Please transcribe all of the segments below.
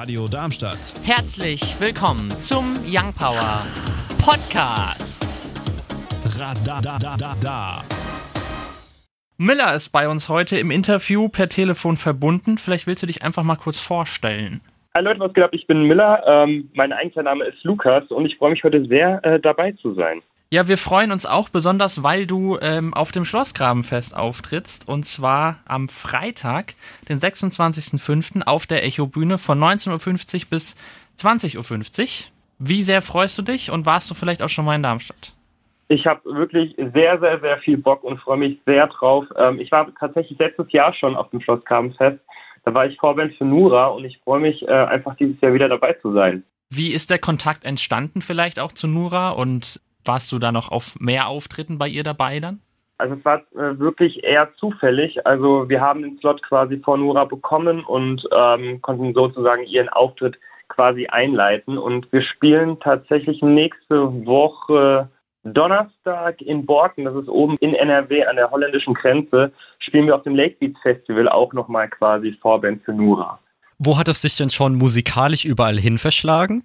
Radio Darmstadt. Herzlich willkommen zum Young Power Podcast. Radadadada. Miller ist bei uns heute im Interview per Telefon verbunden. Vielleicht willst du dich einfach mal kurz vorstellen. Hallo Leute, was geht ab? Ich bin Miller. Mein eigentlicher Name ist Lukas und ich freue mich heute sehr, dabei zu sein. Ja, wir freuen uns auch besonders, weil du auf dem Schlossgrabenfest auftrittst. Und zwar am Freitag, den 26.05. auf der Echo-Bühne von 19.50 Uhr bis 20.50 Uhr. Wie sehr freust du dich und warst du vielleicht auch schon mal in Darmstadt? Ich habe wirklich sehr, sehr, sehr viel Bock und freue mich sehr drauf. Ich war tatsächlich letztes Jahr schon auf dem Schlossgrabenfest. Da war ich Vorband für Nura und ich freue mich einfach dieses Jahr wieder dabei zu sein. Wie ist der Kontakt entstanden vielleicht auch zu Nura und warst du da noch auf mehr Auftritten bei ihr dabei dann? Also es war wirklich eher zufällig. Also wir haben den Slot quasi vor Nura bekommen und konnten sozusagen ihren Auftritt quasi einleiten. Und wir spielen tatsächlich nächste Woche Donnerstag in Borken, das ist oben in NRW an der holländischen Grenze, spielen wir auf dem Lake Beats Festival auch nochmal quasi Vorband für Nura. Wo hat es dich denn schon musikalisch überall hin verschlagen?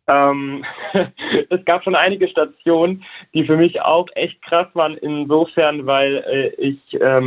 Es gab schon einige Stationen, die für mich auch echt krass waren, insofern, weil ich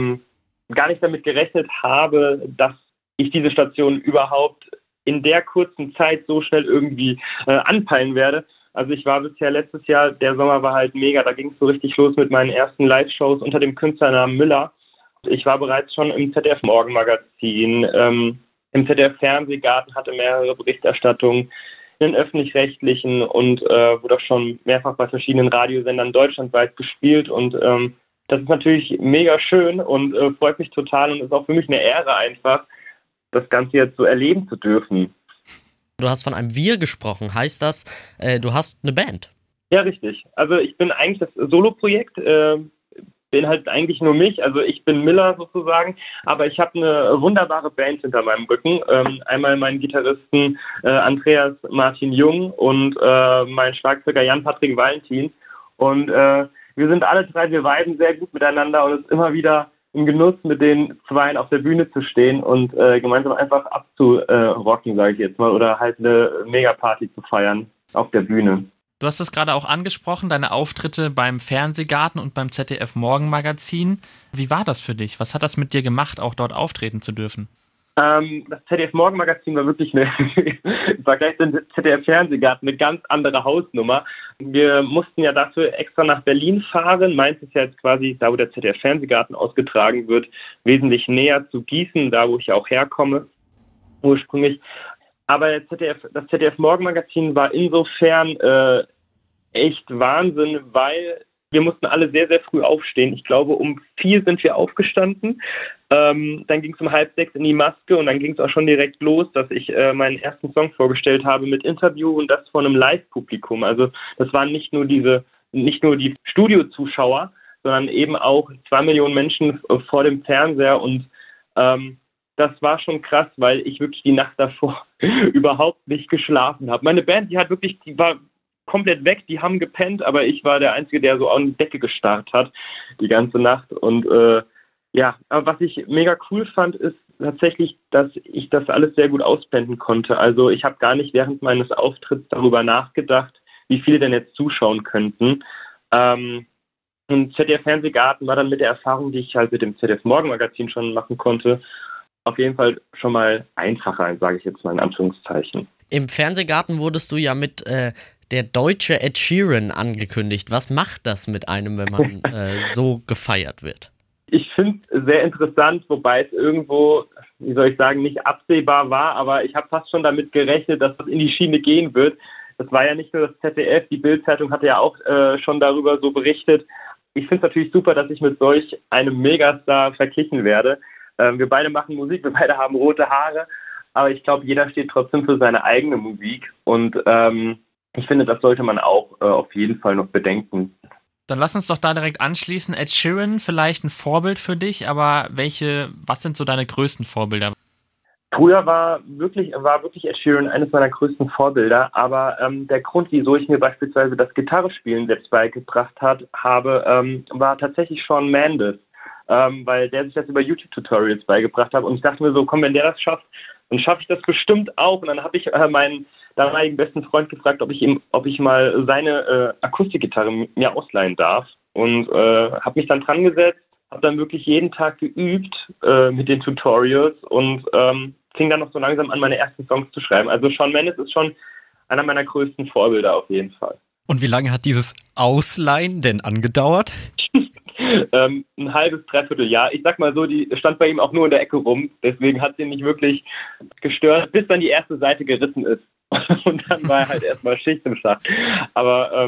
gar nicht damit gerechnet habe, dass ich diese Station überhaupt in der kurzen Zeit so schnell irgendwie anpeilen werde. Also ich war bisher letztes Jahr, der Sommer war halt mega, da ging es so richtig los mit meinen ersten Live-Shows unter dem Künstlernamen Müller. Ich war bereits schon im ZDF-Morgenmagazin, im ZDF-Fernsehgarten, hatte mehrere Berichterstattungen, in den Öffentlich-Rechtlichen und wurde auch schon mehrfach bei verschiedenen Radiosendern deutschlandweit gespielt und das ist natürlich mega schön und freut mich total und ist auch für mich eine Ehre einfach, das Ganze jetzt so erleben zu dürfen. Du hast von einem Wir gesprochen. Heißt das, du hast eine Band? Ja, richtig. Also ich bin eigentlich das Solo-Projekt, beinhaltet eigentlich nur mich. Also ich bin Miller sozusagen, aber ich habe eine wunderbare Band hinter meinem Rücken. Einmal meinen Gitarristen Andreas Martin Jung und mein Schlagzeuger Jan-Patrick Valentin. Und wir sind alle drei, wir viben sehr gut miteinander und es ist immer wieder im Genuss, mit den Zweien auf der Bühne zu stehen und gemeinsam einfach abzurocken, sage ich jetzt mal, oder halt eine Mega-Party zu feiern auf der Bühne. Du hast es gerade auch angesprochen, deine Auftritte beim Fernsehgarten und beim ZDF Morgenmagazin. Wie war das für dich? Was hat das mit dir gemacht, auch dort auftreten zu dürfen? Das ZDF Morgenmagazin war wirklich im Vergleich zum ZDF Fernsehgarten eine ganz andere Hausnummer. Wir mussten ja dafür extra nach Berlin fahren. Mainz ist ja jetzt quasi, da wo der ZDF Fernsehgarten ausgetragen wird, wesentlich näher zu Gießen, da wo ich ja auch herkomme, ursprünglich. Aber das ZDF Morgenmagazin war insofern echt Wahnsinn, weil wir mussten alle sehr, sehr früh aufstehen. Ich glaube, um 4 sind wir aufgestanden. Dann ging es um 5:30 in die Maske und dann ging es auch schon direkt los, dass ich meinen ersten Song vorgestellt habe mit Interview und das von einem Live-Publikum. Also das waren nicht nur die Studiozuschauer, sondern eben auch 2 Millionen Menschen vor dem Fernseher und das war schon krass, weil ich wirklich die Nacht davor überhaupt nicht geschlafen habe. Meine Band, die war komplett weg, die haben gepennt, aber ich war der Einzige, der so an die Decke gestarrt hat die ganze Nacht. Und aber was ich mega cool fand, ist tatsächlich, dass ich das alles sehr gut ausblenden konnte. Also ich habe gar nicht während meines Auftritts darüber nachgedacht, wie viele denn jetzt zuschauen könnten. Und ZDF Fernsehgarten war dann mit der Erfahrung, die ich halt mit dem ZDF Morgenmagazin schon machen konnte, auf jeden Fall schon mal einfacher, sage ich jetzt mal in Anführungszeichen. Im Fernsehgarten wurdest du ja mit der deutsche Ed Sheeran angekündigt. Was macht das mit einem, wenn man so gefeiert wird? Ich finde es sehr interessant, wobei es irgendwo, wie soll ich sagen, nicht absehbar war, aber ich habe fast schon damit gerechnet, dass das in die Schiene gehen wird. Das war ja nicht nur das ZDF, die Bild-Zeitung hatte ja auch schon darüber so berichtet. Ich finde es natürlich super, dass ich mit solch einem Megastar verglichen werde. Wir beide machen Musik, wir beide haben rote Haare, aber ich glaube, jeder steht trotzdem für seine eigene Musik und ich finde, das sollte man auch auf jeden Fall noch bedenken. Dann lass uns doch da direkt anschließen. Ed Sheeran, vielleicht ein Vorbild für dich, aber was sind so deine größten Vorbilder? Früher war wirklich Ed Sheeran eines meiner größten Vorbilder, aber der Grund, wieso ich mir beispielsweise das Gitarrespielen selbst beigebracht habe, war tatsächlich Shawn Mendes. Weil der sich das über YouTube-Tutorials beigebracht hat. Und ich dachte mir so, komm, wenn der das schafft, dann schaffe ich das bestimmt auch. Und dann habe ich meinen damaligen besten Freund gefragt, ob ich mal seine Akustikgitarre mir ausleihen darf. Und habe mich dann dran gesetzt, habe dann wirklich jeden Tag geübt mit den Tutorials und fing dann noch so langsam an, meine ersten Songs zu schreiben. Also Shawn Mendes ist schon einer meiner größten Vorbilder auf jeden Fall. Und wie lange hat dieses Ausleihen denn angedauert? Ein halbes, dreiviertel Jahr. Ich sag mal so, die stand bei ihm auch nur in der Ecke rum. Deswegen hat sie nicht wirklich gestört, bis dann die erste Seite gerissen ist. Und dann war halt erstmal Schicht im Schacht. Aber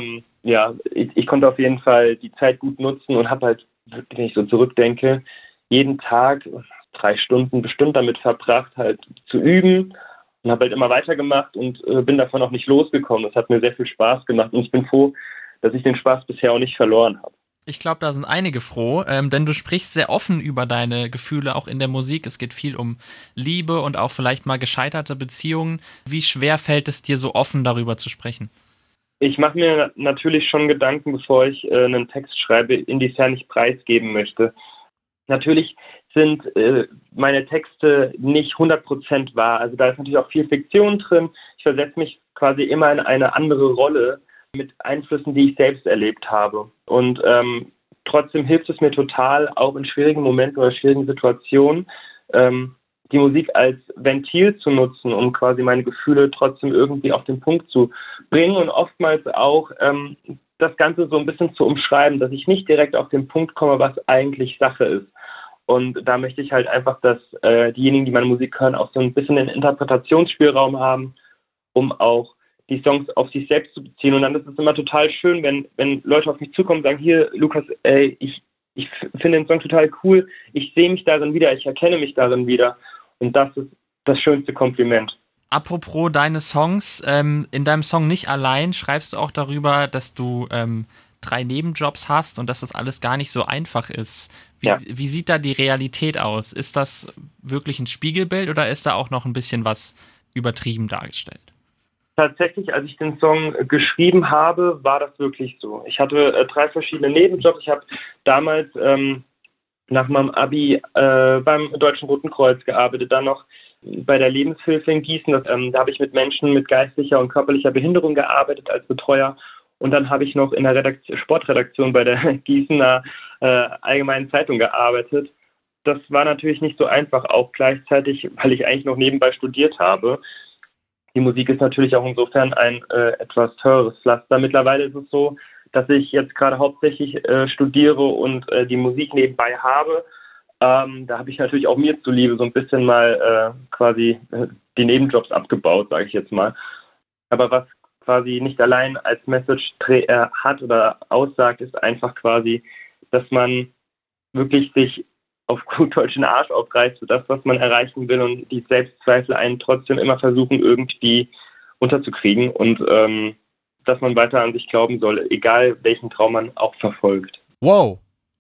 ich konnte auf jeden Fall die Zeit gut nutzen und habe halt, wenn ich so zurückdenke, jeden Tag 3 Stunden bestimmt damit verbracht, halt zu üben. Und habe halt immer weitergemacht und bin davon auch nicht losgekommen. Das hat mir sehr viel Spaß gemacht und ich bin froh, dass ich den Spaß bisher auch nicht verloren habe. Ich glaube, da sind einige froh, denn du sprichst sehr offen über deine Gefühle auch in der Musik. Es geht viel um Liebe und auch vielleicht mal gescheiterte Beziehungen. Wie schwer fällt es dir, so offen darüber zu sprechen? Ich mache mir natürlich schon Gedanken, bevor ich einen Text schreibe, inwiefern ich preisgeben möchte. Natürlich sind meine Texte nicht 100% wahr. Also da ist natürlich auch viel Fiktion drin. Ich versetze mich quasi immer in eine andere Rolle mit Einflüssen, die ich selbst erlebt habe. Und trotzdem hilft es mir total, auch in schwierigen Momenten oder schwierigen Situationen, die Musik als Ventil zu nutzen, um quasi meine Gefühle trotzdem irgendwie auf den Punkt zu bringen und oftmals auch das Ganze so ein bisschen zu umschreiben, dass ich nicht direkt auf den Punkt komme, was eigentlich Sache ist. Und da möchte ich halt einfach, dass diejenigen, die meine Musik hören, auch so ein bisschen den Interpretationsspielraum haben, um auch die Songs auf sich selbst zu beziehen. Und dann ist es immer total schön, wenn Leute auf mich zukommen und sagen, hier, Lukas, ich finde den Song total cool, ich sehe mich darin wieder, ich erkenne mich darin wieder. Und das ist das schönste Kompliment. Apropos deine Songs, in deinem Song Nicht allein schreibst du auch darüber, dass du 3 Nebenjobs hast und dass das alles gar nicht so einfach ist. Wie sieht da die Realität aus? Ist das wirklich ein Spiegelbild oder ist da auch noch ein bisschen was übertrieben dargestellt? Tatsächlich, als ich den Song geschrieben habe, war das wirklich so. Ich hatte 3 verschiedene Nebenjobs. Ich habe damals nach meinem Abi beim Deutschen Roten Kreuz gearbeitet, dann noch bei der Lebenshilfe in Gießen. Da habe ich mit Menschen mit geistlicher und körperlicher Behinderung gearbeitet als Betreuer. Und dann habe ich noch in der Sportredaktion bei der Gießener Allgemeinen Zeitung gearbeitet. Das war natürlich nicht so einfach, auch gleichzeitig, weil ich eigentlich noch nebenbei studiert habe. Die Musik ist natürlich auch insofern ein etwas teures Pflaster. Mittlerweile ist es so, dass ich jetzt gerade hauptsächlich studiere und die Musik nebenbei habe. Da habe ich natürlich auch mir zuliebe so ein bisschen mal quasi die Nebenjobs abgebaut, sage ich jetzt mal. Aber was quasi nicht allein als Message hat oder aussagt, ist einfach quasi, dass man wirklich sich auf gut Deutsch den Arsch aufreißt für das, was man erreichen will und die Selbstzweifel einen trotzdem immer versuchen, irgendwie unterzukriegen und dass man weiter an sich glauben soll, egal welchen Traum man auch verfolgt. Wow.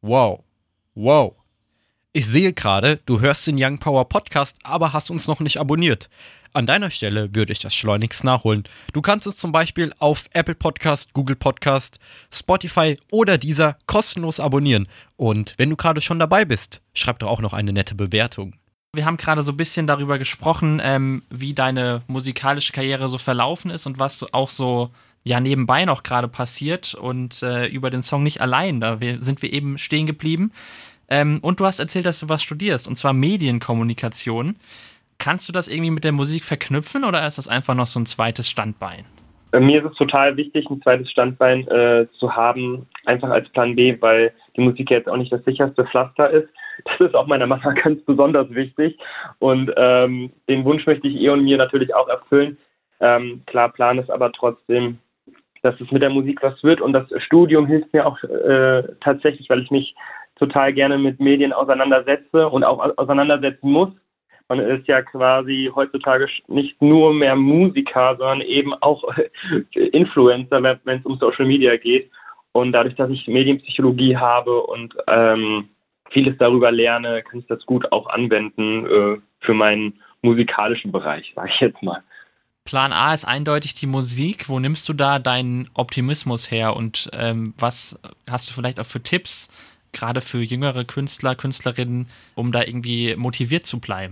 Ich sehe gerade, du hörst den Young Power Podcast, aber hast uns noch nicht abonniert. An deiner Stelle würde ich das schleunigst nachholen. Du kannst es zum Beispiel auf Apple Podcast, Google Podcast, Spotify oder Deezer kostenlos abonnieren. Und wenn du gerade schon dabei bist, schreib doch auch noch eine nette Bewertung. Wir haben gerade so ein bisschen darüber gesprochen, wie deine musikalische Karriere so verlaufen ist und was auch so nebenbei noch gerade passiert. Und über den Song Nicht allein, sind wir eben stehen geblieben. Und du hast erzählt, dass du was studierst, und zwar Medienkommunikation. Kannst du das irgendwie mit der Musik verknüpfen oder ist das einfach noch so ein zweites Standbein? Mir ist es total wichtig, ein zweites Standbein zu haben, einfach als Plan B, weil die Musik jetzt auch nicht das sicherste Pflaster ist. Das ist auch meiner Mama ganz besonders wichtig und den Wunsch möchte ich ihr und mir natürlich auch erfüllen. Klar, Plan ist aber trotzdem, dass es mit der Musik was wird und das Studium hilft mir auch tatsächlich, weil ich mich total gerne mit Medien auseinandersetze und auch auseinandersetzen muss. Man ist ja quasi heutzutage nicht nur mehr Musiker, sondern eben auch Influencer, wenn es um Social Media geht. Und dadurch, dass ich Medienpsychologie habe und vieles darüber lerne, kann ich das gut auch anwenden für meinen musikalischen Bereich, sage ich jetzt mal. Plan A ist eindeutig die Musik. Wo nimmst du da deinen Optimismus her und was hast du vielleicht auch für Tipps, gerade für jüngere Künstler, Künstlerinnen, um da irgendwie motiviert zu bleiben?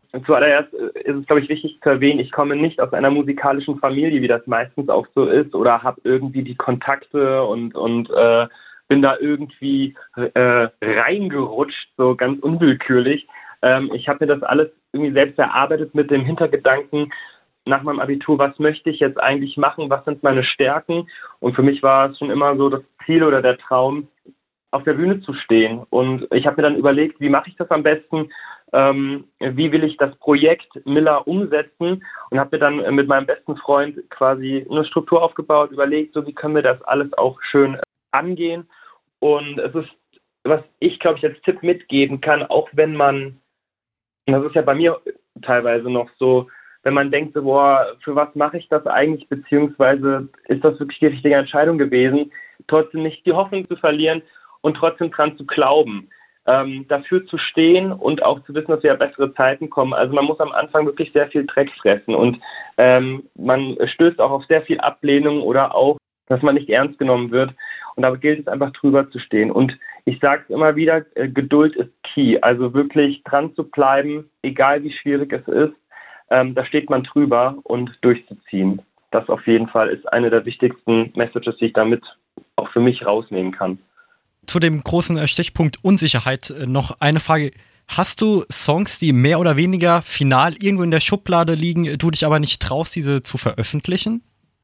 zuallererst ist es, glaube ich, wichtig zu erwähnen, ich komme nicht aus einer musikalischen Familie, wie das meistens auch so ist, oder habe irgendwie die Kontakte und bin da irgendwie reingerutscht, so ganz unwillkürlich. Ich habe mir das alles irgendwie selbst erarbeitet mit dem Hintergedanken, nach meinem Abitur, was möchte ich jetzt eigentlich machen, was sind meine Stärken? Und für mich war es schon immer so das Ziel oder der Traum, auf der Bühne zu stehen. Und ich habe mir dann überlegt, wie mache ich das am besten? Wie will ich das Projekt Miller umsetzen? Und habe mir dann mit meinem besten Freund quasi eine Struktur aufgebaut, überlegt, so wie können wir das alles auch schön angehen. Und es ist, was ich, glaube ich, als Tipp mitgeben kann, auch wenn man, und das ist ja bei mir teilweise noch so, wenn man denkt, so, boah, für was mache ich das eigentlich, beziehungsweise ist das wirklich die richtige Entscheidung gewesen, trotzdem nicht die Hoffnung zu verlieren und trotzdem dran zu glauben, dafür zu stehen und auch zu wissen, dass ja bessere Zeiten kommen. Also man muss am Anfang wirklich sehr viel Dreck fressen und man stößt auch auf sehr viel Ablehnung oder auch, dass man nicht ernst genommen wird. Und da gilt es einfach drüber zu stehen. Und ich sage es immer wieder, Geduld ist key. Also wirklich dran zu bleiben, egal wie schwierig es ist. Da steht man drüber und durchzuziehen. Das auf jeden Fall ist eine der wichtigsten Messages, die ich damit auch für mich rausnehmen kann. Zu dem großen Stichpunkt Unsicherheit noch eine Frage. Hast du Songs, die mehr oder weniger final irgendwo in der Schublade liegen, du dich aber nicht traust, diese zu veröffentlichen?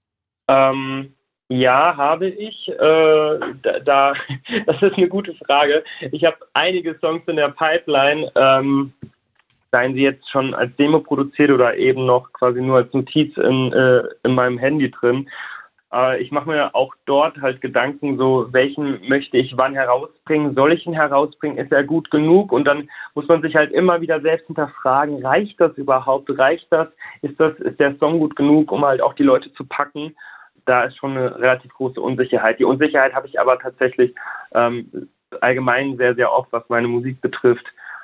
Ja, habe ich. Das ist eine gute Frage. Ich habe einige Songs in der Pipeline, seien sie jetzt schon als Demo produziert oder eben noch quasi nur als Notiz in meinem Handy drin. Ich mache mir auch dort halt Gedanken, so welchen möchte ich wann herausbringen, soll ich ihn herausbringen, ist er gut genug? Und dann muss man sich halt immer wieder selbst hinterfragen, reicht das überhaupt, ist der Song gut genug, um halt auch die Leute zu packen? Da ist schon eine relativ große Unsicherheit. Die Unsicherheit habe ich aber tatsächlich allgemein sehr, sehr oft, was meine Musik betrifft,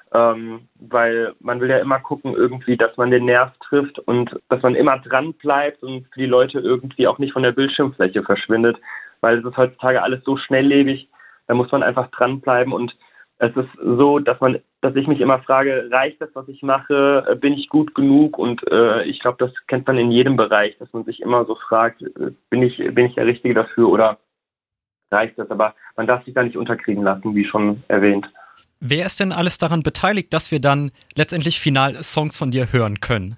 weil man will ja immer gucken irgendwie, dass man den Nerv trifft und dass man immer dran bleibt und für die Leute irgendwie auch nicht von der Bildschirmfläche verschwindet, weil es ist heutzutage alles so schnelllebig, da muss man einfach dranbleiben und es ist so, dass ich mich immer frage, reicht das, was ich mache, bin ich gut genug? Und ich glaube, das kennt man in jedem Bereich, dass man sich immer so fragt, bin ich der Richtige dafür oder reicht das? Aber man darf sich da nicht unterkriegen lassen, wie schon erwähnt. Wer ist denn alles daran beteiligt, dass wir dann letztendlich final Songs von dir hören können?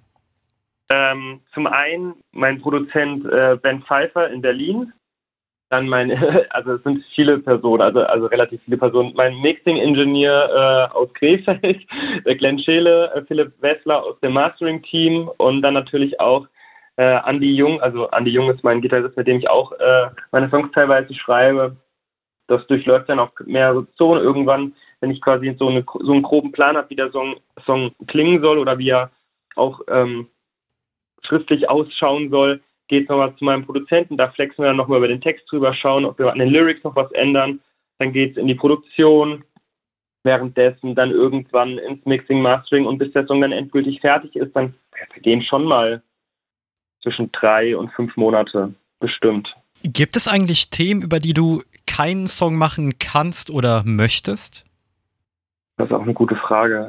Zum einen mein Produzent Ben Pfeiffer in Berlin. Dann also es sind viele Personen, also relativ viele Personen. Mein Mixing-Ingenieur aus Krefeld, der Glenn Scheele, Philipp Wessler aus dem Mastering-Team und dann natürlich auch Andi Jung. Also Andi Jung ist mein Gitarrist, mit dem ich auch meine Songs teilweise schreibe. Das durchläuft dann auch mehrere Zonen irgendwann, wenn ich quasi so einen groben Plan habe, wie der Song klingen soll oder wie er auch schriftlich ausschauen soll, geht es nochmal zu meinem Produzenten, da flexen wir dann nochmal über den Text drüber, schauen, ob wir an den Lyrics noch was ändern. Dann geht es in die Produktion, währenddessen dann irgendwann ins Mixing, Mastering und bis der Song dann endgültig fertig ist, dann vergehen schon mal zwischen 3 und 5 Monate bestimmt. Gibt es eigentlich Themen, über die du keinen Song machen kannst oder möchtest? Das ist auch eine gute Frage.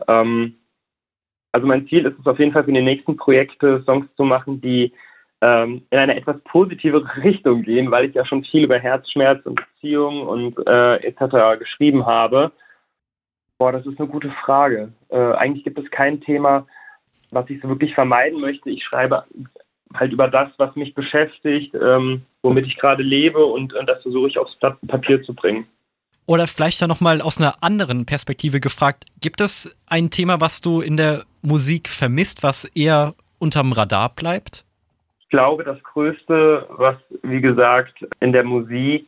Also mein Ziel ist es auf jeden Fall für die nächsten Projekte Songs zu machen, die in eine etwas positivere Richtung gehen, weil ich ja schon viel über Herzschmerz und Beziehungen und etc. geschrieben habe. Das ist eine gute Frage. Eigentlich gibt es kein Thema, was ich so wirklich vermeiden möchte. Ich schreibe halt über das, was mich beschäftigt, womit ich gerade lebe und das versuche ich aufs Papier zu bringen. Oder vielleicht dann nochmal aus einer anderen Perspektive gefragt, gibt es ein Thema, was du in der Musik vermisst, was eher unterm Radar bleibt? Ich glaube, das Größte, was, wie gesagt, in der Musik,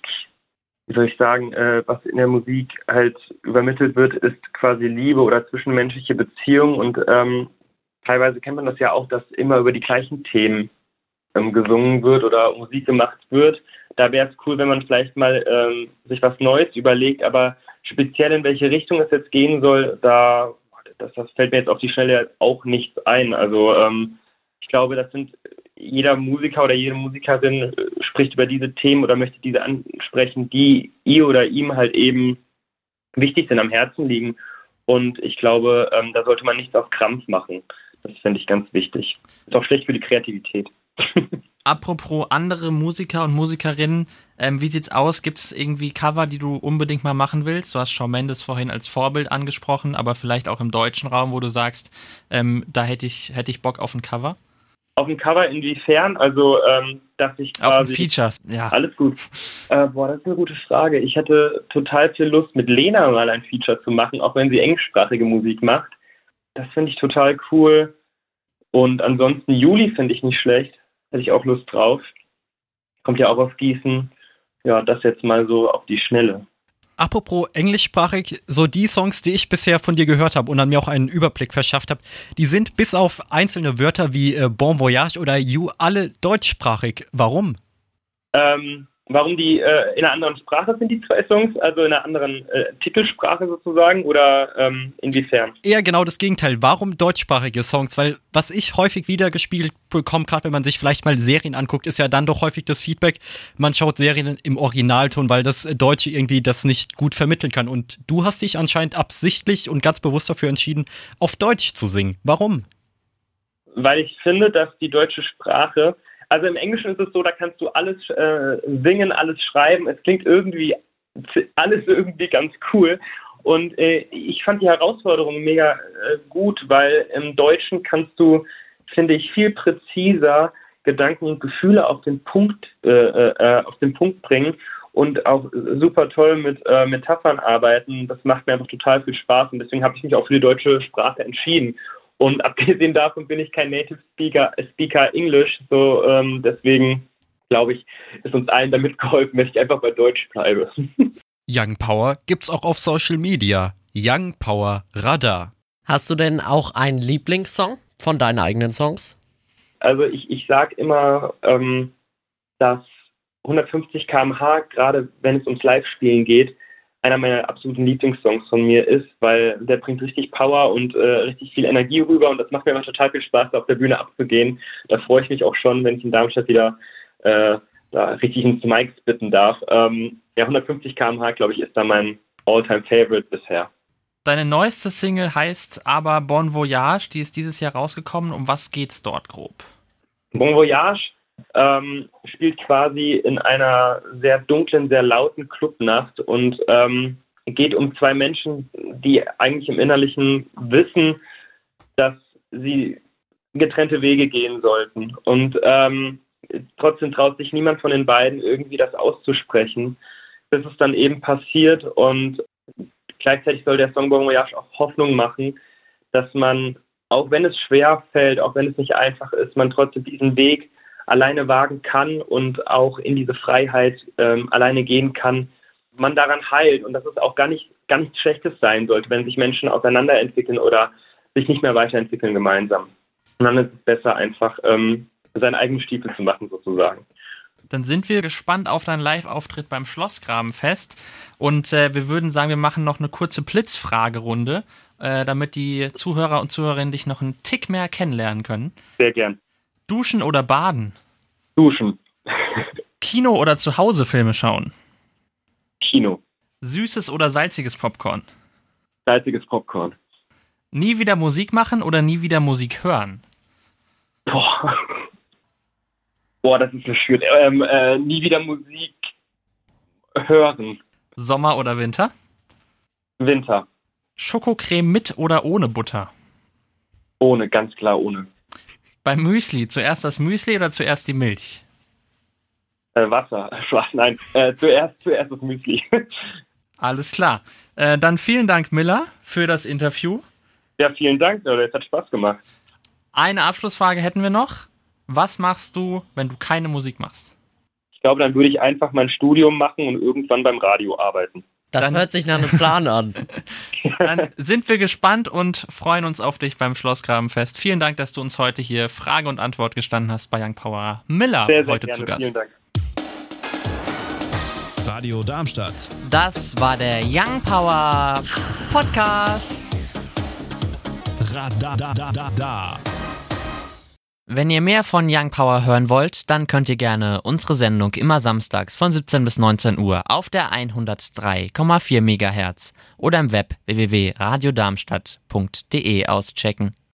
was in der Musik halt übermittelt wird, ist quasi Liebe oder zwischenmenschliche Beziehung. Und teilweise kennt man das ja auch, dass immer über die gleichen Themen gesungen wird oder Musik gemacht wird. Da wäre es cool, wenn man vielleicht mal sich was Neues überlegt, aber speziell in welche Richtung es jetzt gehen soll, das fällt mir jetzt auf die Schnelle auch nichts ein. Also ich glaube, jeder Musiker oder jede Musikerin spricht über diese Themen oder möchte diese ansprechen, die ihr oder ihm halt eben wichtig sind, am Herzen liegen. Und ich glaube, da sollte man nichts auf Krampf machen. Das finde ich ganz wichtig. Ist auch schlecht für die Kreativität. Apropos andere Musiker und Musikerinnen, wie sieht's aus? Gibt es irgendwie Cover, die du unbedingt mal machen willst? Du hast Shawn Mendes vorhin als Vorbild angesprochen, aber vielleicht auch im deutschen Raum, wo du sagst, da hätte ich Bock auf ein Cover? Auf ein Cover inwiefern? Also, dass ich quasi... Auf ein Feature, ja. Alles gut. Das ist eine gute Frage. Ich hätte total viel Lust, mit Lena mal ein Feature zu machen, auch wenn sie englischsprachige Musik macht. Das finde ich total cool. Und ansonsten Juli finde ich nicht schlecht. Hätte ich auch Lust drauf. Kommt ja auch aus Gießen. Ja, das jetzt mal so auf die Schnelle. Apropos englischsprachig, so die Songs, die ich bisher von dir gehört habe und dann mir auch einen Überblick verschafft habe, die sind bis auf einzelne Wörter wie Bon Voyage oder You alle deutschsprachig. Warum? Warum die in einer anderen Sprache sind, die zwei Songs? Also in einer anderen Titelsprache sozusagen? Oder inwiefern? Eher genau das Gegenteil. Warum deutschsprachige Songs? Weil was ich häufig wieder gespielt bekomme, gerade wenn man sich vielleicht mal Serien anguckt, ist ja dann doch häufig das Feedback, man schaut Serien im Originalton, weil das Deutsche irgendwie das nicht gut vermitteln kann. Und du hast dich anscheinend absichtlich und ganz bewusst dafür entschieden, auf Deutsch zu singen. Warum? Weil ich finde, dass die deutsche Sprache... Also im Englischen ist es so, da kannst du alles singen, alles schreiben. Es klingt irgendwie alles irgendwie ganz cool. Und ich fand die Herausforderung mega gut, weil im Deutschen kannst du, finde ich, viel präziser Gedanken und Gefühle auf den Punkt bringen und auch super toll mit Metaphern arbeiten. Das macht mir einfach total viel Spaß und deswegen habe ich mich auch für die deutsche Sprache entschieden. Und abgesehen davon bin ich kein Native Speaker English, so deswegen glaube ich, ist uns allen damit geholfen, wenn ich einfach bei Deutsch bleibe. Young Power gibt's auch auf Social Media. Young Power Radar. Hast du denn auch einen Lieblingssong von deinen eigenen Songs? Also ich sage immer, dass 150 km/h, gerade wenn es ums Live-Spielen geht, einer meiner absoluten Lieblingssongs von mir ist, weil der bringt richtig Power und richtig viel Energie rüber und das macht mir immer total viel Spaß, da auf der Bühne abzugehen. Da freue ich mich auch schon, wenn ich in Darmstadt wieder da richtig ins Mic spitten darf. 150 km/h, glaube ich, ist da mein All-Time-Favorite bisher. Deine neueste Single heißt aber Bon Voyage, die ist dieses Jahr rausgekommen. Um was geht's dort grob? Bon Voyage spielt quasi in einer sehr dunklen, sehr lauten Clubnacht und geht um zwei Menschen, die eigentlich im Innerlichen wissen, dass sie getrennte Wege gehen sollten. Und trotzdem traut sich niemand von den beiden irgendwie das auszusprechen, bis es dann eben passiert. Und gleichzeitig soll der Song Bon Voyage auch Hoffnung machen, dass man, auch wenn es schwer fällt, auch wenn es nicht einfach ist, man trotzdem diesen Weg alleine wagen kann und auch in diese Freiheit alleine gehen kann, man daran heilt und dass es auch gar nichts Schlechtes sein sollte, wenn sich Menschen auseinanderentwickeln oder sich nicht mehr weiterentwickeln gemeinsam. Und dann ist es besser, einfach seinen eigenen Stiefel zu machen, sozusagen. Dann sind wir gespannt auf deinen Live-Auftritt beim Schlossgrabenfest und wir würden sagen, wir machen noch eine kurze Blitzfragerunde, damit die Zuhörer und Zuhörerinnen dich noch einen Tick mehr kennenlernen können. Sehr gern. Duschen oder baden? Duschen. Kino oder zu Hause Filme schauen? Kino. Süßes oder salziges Popcorn? Salziges Popcorn. Nie wieder Musik machen oder nie wieder Musik hören? Boah, das ist so schwierig. Nie wieder Musik hören. Sommer oder Winter? Winter. Schokocreme mit oder ohne Butter? Ohne, ganz klar ohne. Beim Müsli, zuerst das Müsli oder zuerst die Milch? Wasser. Nein, zuerst das Müsli. Alles klar. Dann vielen Dank, Miller, für das Interview. Ja, vielen Dank, Leute. Es hat Spaß gemacht. Eine Abschlussfrage hätten wir noch. Was machst du, wenn du keine Musik machst? Ich glaube, dann würde ich einfach mein Studium machen und irgendwann beim Radio arbeiten. Das hört sich nach einem Plan an. Dann sind wir gespannt und freuen uns auf dich beim Schlossgrabenfest. Vielen Dank, dass du uns heute hier Frage und Antwort gestanden hast bei Young Power. Miller sehr, sehr heute gerne. zu Gast. Vielen Dank. Radio Darmstadt. Das war der Young Power Podcast. Radar. Wenn ihr mehr von Young Power hören wollt, dann könnt ihr gerne unsere Sendung immer samstags von 17 bis 19 Uhr auf der 103,4 MHz oder im Web www.radiodarmstadt.de auschecken.